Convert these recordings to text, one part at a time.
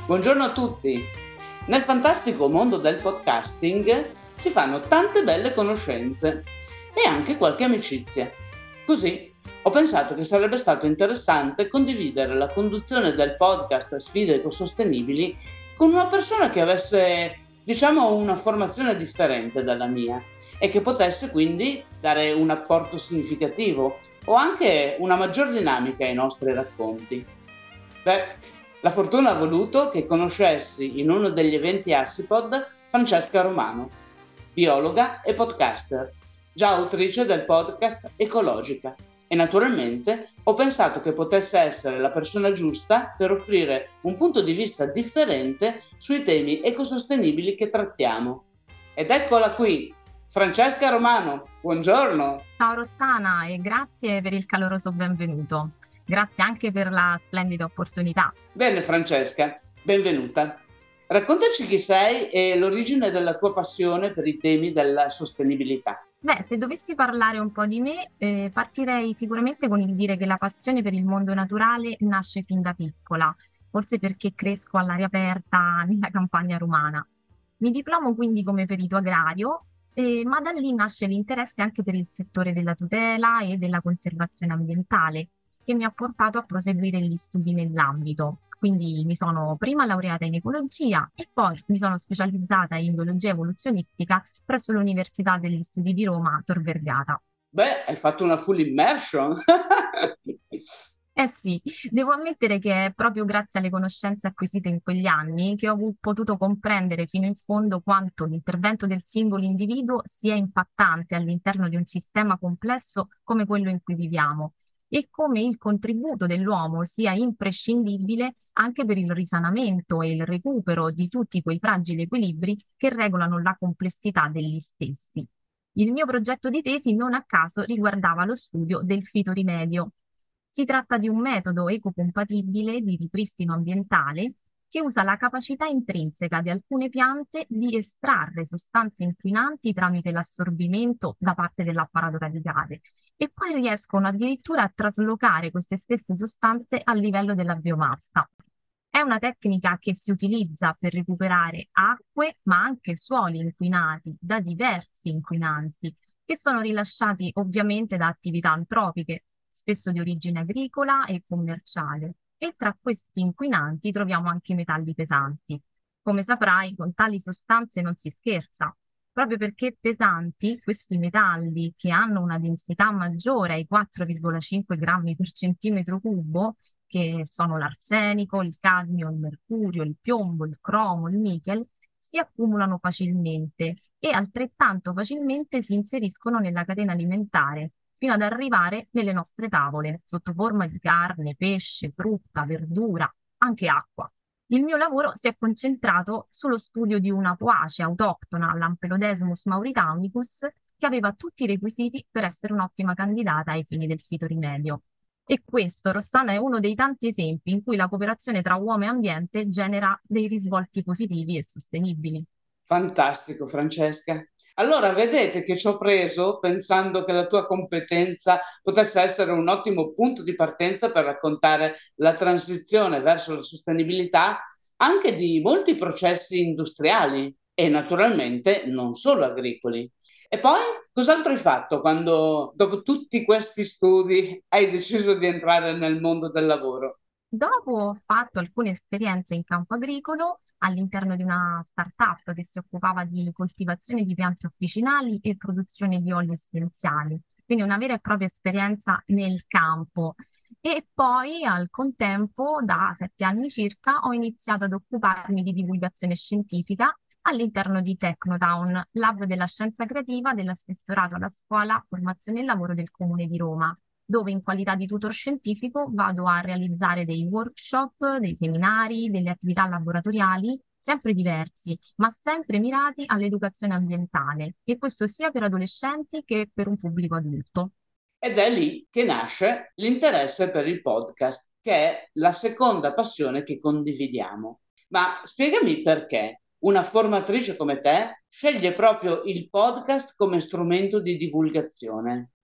Buongiorno a tutti! Nel fantastico mondo del podcasting si fanno tante belle conoscenze e anche qualche amicizia. Così ho pensato che sarebbe stato interessante condividere la conduzione del podcast Sfide ecosostenibili con una persona che avesse, una formazione differente dalla mia e che potesse quindi dare un apporto significativo o anche una maggior dinamica ai nostri racconti. La fortuna ha voluto che conoscessi in uno degli eventi Assipod Francesca Romano, biologa e podcaster, già autrice del podcast Ecologica, e naturalmente ho pensato che potesse essere la persona giusta per offrire un punto di vista differente sui temi ecosostenibili che trattiamo. Ed eccola qui, Francesca Romano, buongiorno! Ciao Rossana e grazie per il caloroso benvenuto. Grazie anche per la splendida opportunità. Bene Francesca, benvenuta. Raccontaci chi sei e l'origine della tua passione per i temi della sostenibilità. Se dovessi parlare un po' di me, partirei sicuramente con il dire che la passione per il mondo naturale nasce fin da piccola, forse perché cresco all'aria aperta nella campagna romana. Mi diplomo quindi come perito agrario, ma da lì nasce l'interesse anche per il settore della tutela e della conservazione ambientale, che mi ha portato a proseguire gli studi nell'ambito. Quindi mi sono prima laureata in ecologia e poi mi sono specializzata in biologia evoluzionistica presso l'Università degli Studi di Roma Tor Vergata. Hai fatto una full immersion! Eh sì, devo ammettere che è proprio grazie alle conoscenze acquisite in quegli anni che ho potuto comprendere fino in fondo quanto l'intervento del singolo individuo sia impattante all'interno di un sistema complesso come quello in cui viviamo e come il contributo dell'uomo sia imprescindibile anche per il risanamento e il recupero di tutti quei fragili equilibri che regolano la complessità degli stessi. Il mio progetto di tesi non a caso riguardava lo studio del fitorimedio. Si tratta di un metodo ecocompatibile di ripristino ambientale che usa la capacità intrinseca di alcune piante di estrarre sostanze inquinanti tramite l'assorbimento da parte dell'apparato radicale e poi riescono addirittura a traslocare queste stesse sostanze a livello della biomassa. È una tecnica che si utilizza per recuperare acque, ma anche suoli inquinati da diversi inquinanti, che sono rilasciati ovviamente da attività antropiche, spesso di origine agricola e commerciale. E tra questi inquinanti troviamo anche i metalli pesanti. Come saprai, con tali sostanze non si scherza, proprio perché pesanti, questi metalli che hanno una densità maggiore ai 4,5 grammi per centimetro cubo, che sono l'arsenico, il cadmio, il mercurio, il piombo, il cromo, il nickel, si accumulano facilmente e altrettanto facilmente si inseriscono nella catena alimentare, fino ad arrivare nelle nostre tavole, sotto forma di carne, pesce, frutta, verdura, anche acqua. Il mio lavoro si è concentrato sullo studio di una poace autoctona, l'Ampelodesmus mauritanicus, che aveva tutti i requisiti per essere un'ottima candidata ai fini del fitorimedio. E questo, Rossana, è uno dei tanti esempi in cui la cooperazione tra uomo e ambiente genera dei risvolti positivi e sostenibili. Fantastico, Francesca. Allora, vedete che ci ho preso pensando che la tua competenza potesse essere un ottimo punto di partenza per raccontare la transizione verso la sostenibilità anche di molti processi industriali e naturalmente non solo agricoli. E poi, cos'altro hai fatto quando, dopo tutti questi studi, hai deciso di entrare nel mondo del lavoro? Dopo ho fatto alcune esperienze in campo agricolo all'interno di una startup che si occupava di coltivazione di piante officinali e produzione di oli essenziali, quindi una vera e propria esperienza nel campo. E poi al contempo, da 7 anni circa, ho iniziato ad occuparmi di divulgazione scientifica all'interno di Technotown, lab della scienza creativa dell'assessorato alla scuola, formazione e lavoro del Comune di Roma, dove in qualità di tutor scientifico vado a realizzare dei workshop, dei seminari, delle attività laboratoriali, sempre diversi, ma sempre mirati all'educazione ambientale, e questo sia per adolescenti che per un pubblico adulto. Ed è lì che nasce l'interesse per il podcast, che è la seconda passione che condividiamo. Ma spiegami perché una formatrice come te sceglie proprio il podcast come strumento di divulgazione.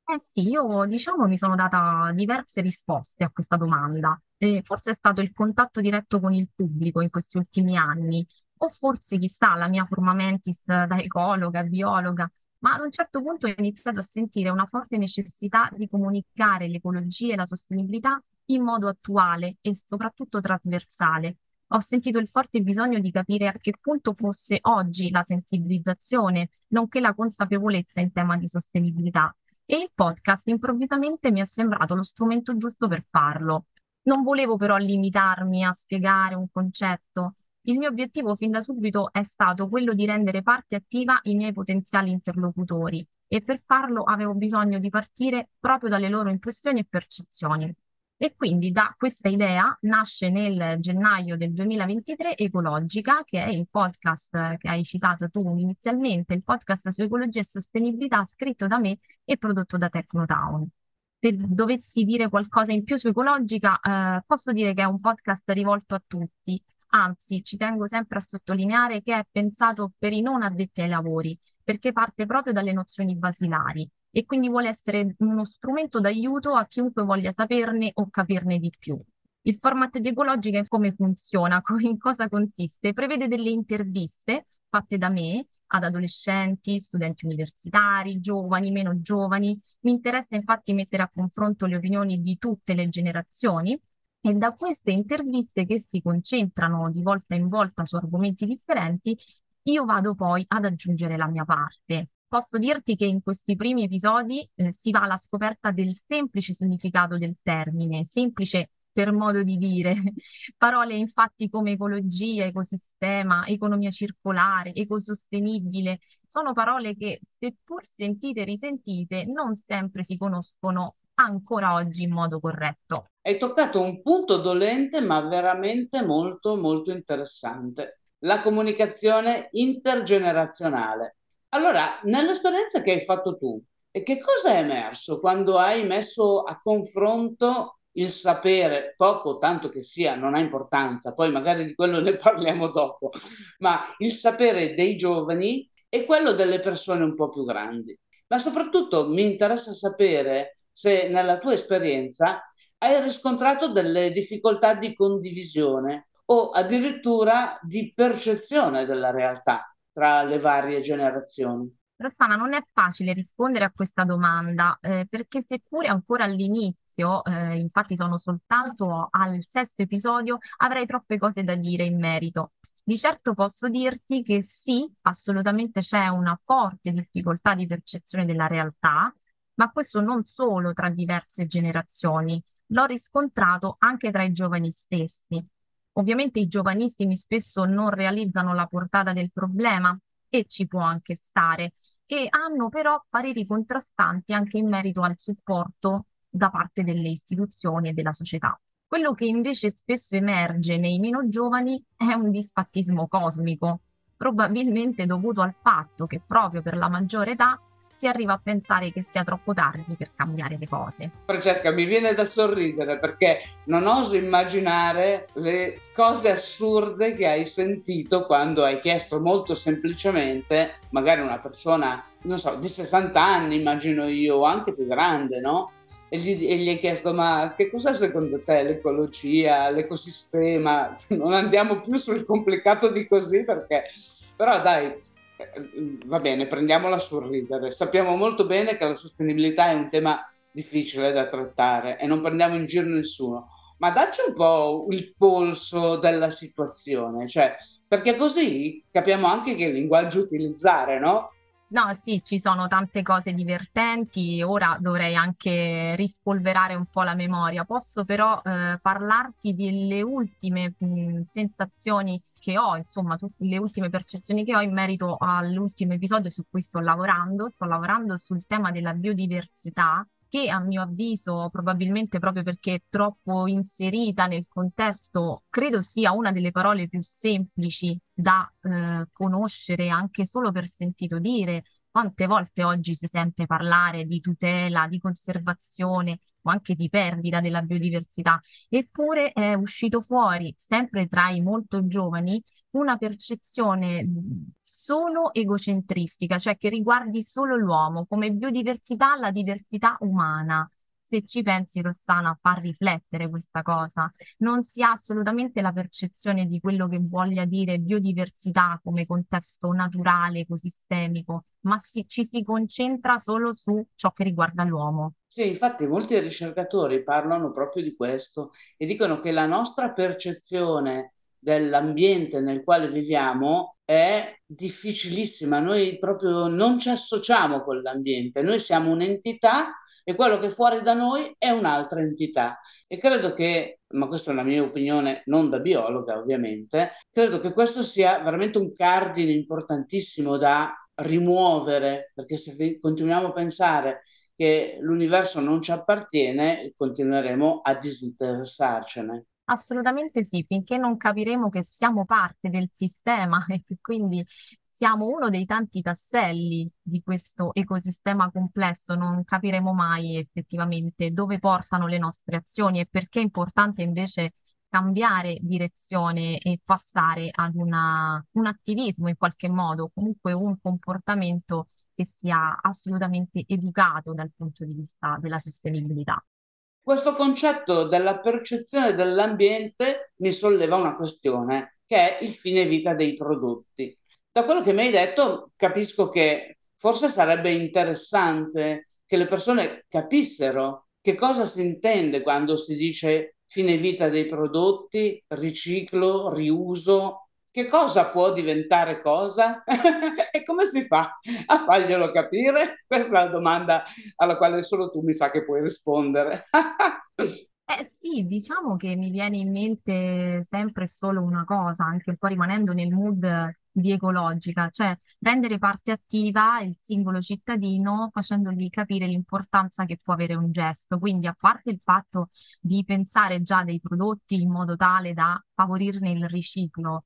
Eh sì, io diciamo mi sono data diverse risposte a questa domanda. Forse è stato il contatto diretto con il pubblico in questi ultimi anni, o forse chissà la mia forma mentis da ecologa, biologa, ma ad un certo punto ho iniziato a sentire una forte necessità di comunicare l'ecologia e la sostenibilità in modo attuale e soprattutto trasversale. Ho sentito il forte bisogno di capire a che punto fosse oggi la sensibilizzazione, nonché la consapevolezza in tema di sostenibilità. E il podcast improvvisamente mi è sembrato lo strumento giusto per farlo. Non volevo però limitarmi a spiegare un concetto. Il mio obiettivo fin da subito è stato quello di rendere parte attiva i miei potenziali interlocutori e per farlo avevo bisogno di partire proprio dalle loro impressioni e percezioni. E quindi da questa idea nasce nel gennaio del 2023 Ecologica, che è il podcast che hai citato tu inizialmente, il podcast su ecologia e sostenibilità scritto da me e prodotto da Technotown. Se dovessi dire qualcosa in più su Ecologica, posso dire che è un podcast rivolto a tutti. Anzi, ci tengo sempre a sottolineare che è pensato per i non addetti ai lavori, perché parte proprio dalle nozioni basilari e quindi vuole essere uno strumento d'aiuto a chiunque voglia saperne o capirne di più. Il format di Ecologica è come funziona, in cosa consiste? Prevede delle interviste fatte da me ad adolescenti, studenti universitari, giovani, meno giovani. Mi interessa infatti mettere a confronto le opinioni di tutte le generazioni e da queste interviste che si concentrano di volta in volta su argomenti differenti, io vado poi ad aggiungere la mia parte. Posso dirti che in questi primi episodi si va alla scoperta del semplice significato del termine, semplice per modo di dire. Parole infatti come ecologia, ecosistema, economia circolare, ecosostenibile, sono parole che, seppur sentite e risentite, non sempre si conoscono ancora oggi in modo corretto. Hai toccato un punto dolente, ma veramente molto, molto interessante. La comunicazione intergenerazionale. Allora, nell'esperienza che hai fatto tu, e che cosa è emerso quando hai messo a confronto il sapere, poco o tanto che sia, non ha importanza, poi magari di quello ne parliamo dopo, ma il sapere dei giovani e quello delle persone un po' più grandi. Ma soprattutto mi interessa sapere se nella tua esperienza hai riscontrato delle difficoltà di condivisione o addirittura di percezione della realtà tra le varie generazioni. Rossana, non è facile rispondere a questa domanda, perché seppure ancora all'inizio, infatti sono soltanto al sesto episodio, avrei troppe cose da dire in merito. Di certo posso dirti che sì, assolutamente c'è una forte difficoltà di percezione della realtà, ma questo non solo tra diverse generazioni, l'ho riscontrato anche tra i giovani stessi. Ovviamente i giovanissimi spesso non realizzano la portata del problema e ci può anche stare e hanno però pareri contrastanti anche in merito al supporto da parte delle istituzioni e della società. Quello che invece spesso emerge nei meno giovani è un disfattismo cosmico, probabilmente dovuto al fatto che proprio per la maggiore età si arriva a pensare che sia troppo tardi per cambiare le cose. Francesca, mi viene da sorridere perché non oso immaginare le cose assurde che hai sentito quando hai chiesto molto semplicemente, magari una persona, non so, di 60 anni, immagino io, o anche più grande, no? E gli hai chiesto, ma che cos'è secondo te l'ecologia, l'ecosistema? Non andiamo più sul complicato di così perché, però dai, va bene, prendiamola sul ridere. Sappiamo molto bene che la sostenibilità è un tema difficile da trattare e non prendiamo in giro nessuno, ma dacci un po' il polso della situazione, cioè, perché così capiamo anche che linguaggio utilizzare, no? No, sì, ci sono tante cose divertenti. Ora dovrei anche rispolverare un po' la memoria. Posso però parlarti delle ultime sensazioni che ho, insomma, tutte le ultime percezioni che ho in merito all'ultimo episodio su cui sto lavorando. Sto lavorando sul tema della biodiversità, che a mio avviso, probabilmente proprio perché è troppo inserita nel contesto, credo sia una delle parole più semplici da conoscere anche solo per sentito dire. Quante volte oggi si sente parlare di tutela, di conservazione o anche di perdita della biodiversità? Eppure è uscito fuori, sempre tra i molto giovani, una percezione solo egocentristica, cioè che riguardi solo l'uomo, come biodiversità, la diversità umana. Se ci pensi, Rossana, fa riflettere questa cosa. Non si ha assolutamente la percezione di quello che voglia dire biodiversità come contesto naturale, ecosistemico, ma ci si concentra solo su ciò che riguarda l'uomo. Sì, infatti molti ricercatori parlano proprio di questo e dicono che la nostra percezione dell'ambiente nel quale viviamo è difficilissima. Noi proprio non ci associamo con l'ambiente, noi siamo un'entità e quello che è fuori da noi è un'altra entità. E credo che, ma questa è una mia opinione non da biologa ovviamente, credo che questo sia veramente un cardine importantissimo da rimuovere, perché se continuiamo a pensare che l'universo non ci appartiene, continueremo a disinteressarcene. Assolutamente sì, finché non capiremo che siamo parte del sistema e che quindi siamo uno dei tanti tasselli di questo ecosistema complesso, non capiremo mai effettivamente dove portano le nostre azioni e perché è importante invece cambiare direzione e passare ad un attivismo in qualche modo, comunque un comportamento che sia assolutamente educato dal punto di vista della sostenibilità. Questo concetto della percezione dell'ambiente mi solleva una questione, che è il fine vita dei prodotti. Da quello che mi hai detto, capisco che forse sarebbe interessante che le persone capissero che cosa si intende quando si dice fine vita dei prodotti, riciclo, riuso, che cosa può diventare cosa e come si fa a farglielo capire? Questa è la domanda alla quale solo tu mi sa che puoi rispondere. Eh sì, diciamo che mi viene in mente sempre solo una cosa, anche un po' rimanendo nel mood di ecologica, cioè rendere parte attiva il singolo cittadino facendogli capire l'importanza che può avere un gesto. Quindi, a parte il fatto di pensare già dei prodotti in modo tale da favorirne il riciclo,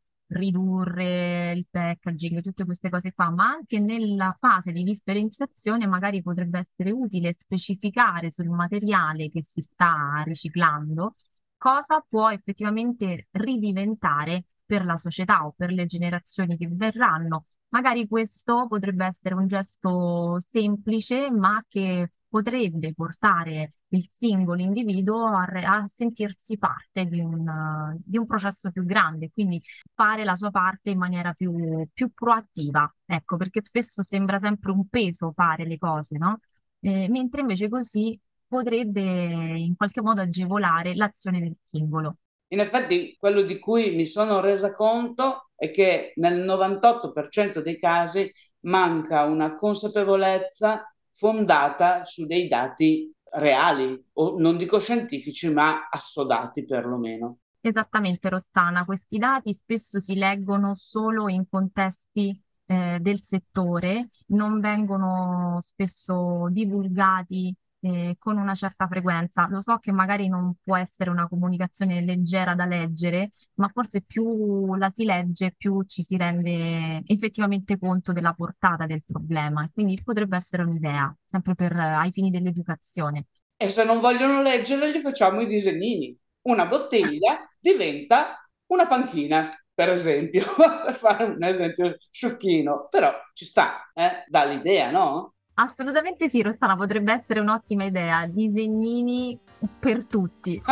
ridurre il packaging, tutte queste cose qua, ma anche nella fase di differenziazione magari potrebbe essere utile specificare sul materiale che si sta riciclando cosa può effettivamente ridiventare per la società o per le generazioni che verranno. Magari questo potrebbe essere un gesto semplice, ma che potrebbe portare il singolo individuo a sentirsi parte di un processo più grande, quindi fare la sua parte in maniera più proattiva, ecco, perché spesso sembra sempre un peso fare le cose, no? Mentre invece così potrebbe in qualche modo agevolare l'azione del singolo. In effetti, quello di cui mi sono resa conto è che nel 98% dei casi manca una consapevolezza fondata su dei dati reali, o non dico scientifici, ma assodati perlomeno. Esattamente, Rossana. Questi dati spesso si leggono solo in contesti del settore, non vengono spesso divulgati con una certa frequenza. Lo so che magari non può essere una comunicazione leggera da leggere, ma forse più la si legge, più ci si rende effettivamente conto della portata del problema. Quindi potrebbe essere un'idea, sempre ai fini dell'educazione. E se non vogliono leggere, gli facciamo i disegnini. Una bottiglia diventa una panchina, per esempio, per fare un esempio sciocchino, però ci sta, dà l'idea, no? Assolutamente sì, Rossana, potrebbe essere un'ottima idea. Disegnini per tutti.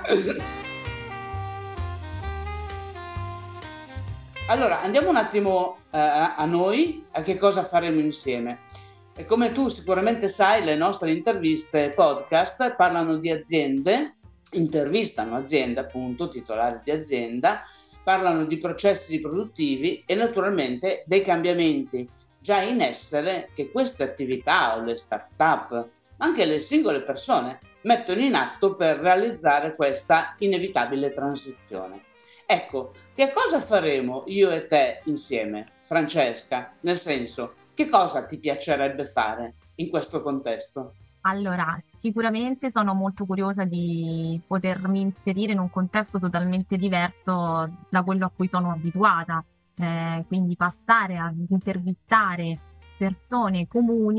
Allora, andiamo un attimo a noi, a che cosa faremo insieme. E come tu sicuramente sai, le nostre interviste podcast parlano di aziende, intervistano aziende, appunto, titolari di azienda, parlano di processi produttivi e naturalmente dei cambiamenti già in essere che queste attività o le start-up, ma anche le singole persone, mettono in atto per realizzare questa inevitabile transizione. Ecco, che cosa faremo io e te insieme, Francesca? Nel senso, che cosa ti piacerebbe fare in questo contesto? Allora, sicuramente sono molto curiosa di potermi inserire in un contesto totalmente diverso da quello a cui sono abituata. Quindi passare ad intervistare persone comuni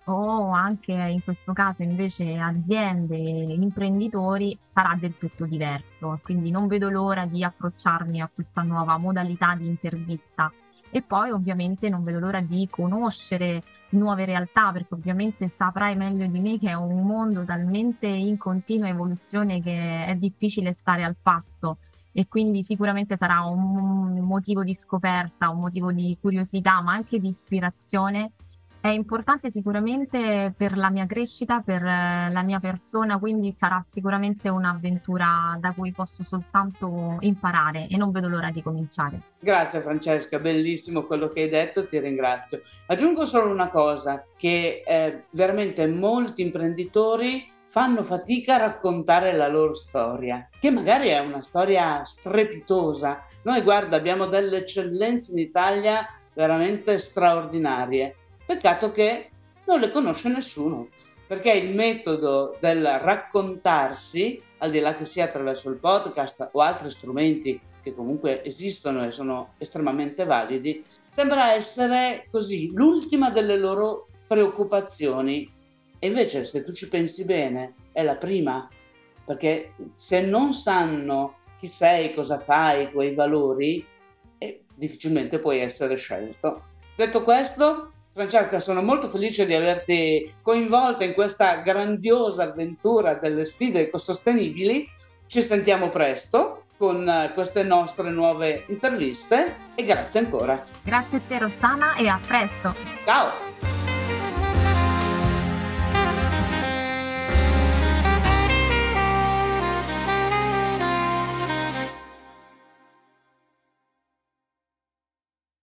o anche in questo caso invece aziende, imprenditori, sarà del tutto diverso. Quindi non vedo l'ora di approcciarmi a questa nuova modalità di intervista. E poi ovviamente non vedo l'ora di conoscere nuove realtà, perché ovviamente saprai meglio di me che è un mondo talmente in continua evoluzione che è difficile stare al passo e quindi sicuramente sarà un motivo di scoperta, un motivo di curiosità, ma anche di ispirazione. È importante sicuramente per la mia crescita, per la mia persona, quindi sarà sicuramente un'avventura da cui posso soltanto imparare e non vedo l'ora di cominciare. Grazie Francesca, bellissimo quello che hai detto, ti ringrazio. Aggiungo solo una cosa, che veramente molti imprenditori fanno fatica a raccontare la loro storia, che magari è una storia strepitosa. Noi, guarda, abbiamo delle eccellenze in Italia veramente straordinarie. Peccato che non le conosce nessuno, perché il metodo del raccontarsi, al di là che sia attraverso il podcast o altri strumenti che comunque esistono e sono estremamente validi, sembra essere così l'ultima delle loro preoccupazioni. E invece, se tu ci pensi bene, è la prima, perché se non sanno chi sei, cosa fai, i tuoi valori, difficilmente puoi essere scelto. Detto questo, Francesca, sono molto felice di averti coinvolta in questa grandiosa avventura delle sfide ecosostenibili. Ci sentiamo presto con queste nostre nuove interviste e grazie ancora. Grazie a te Rossana e a presto! Ciao!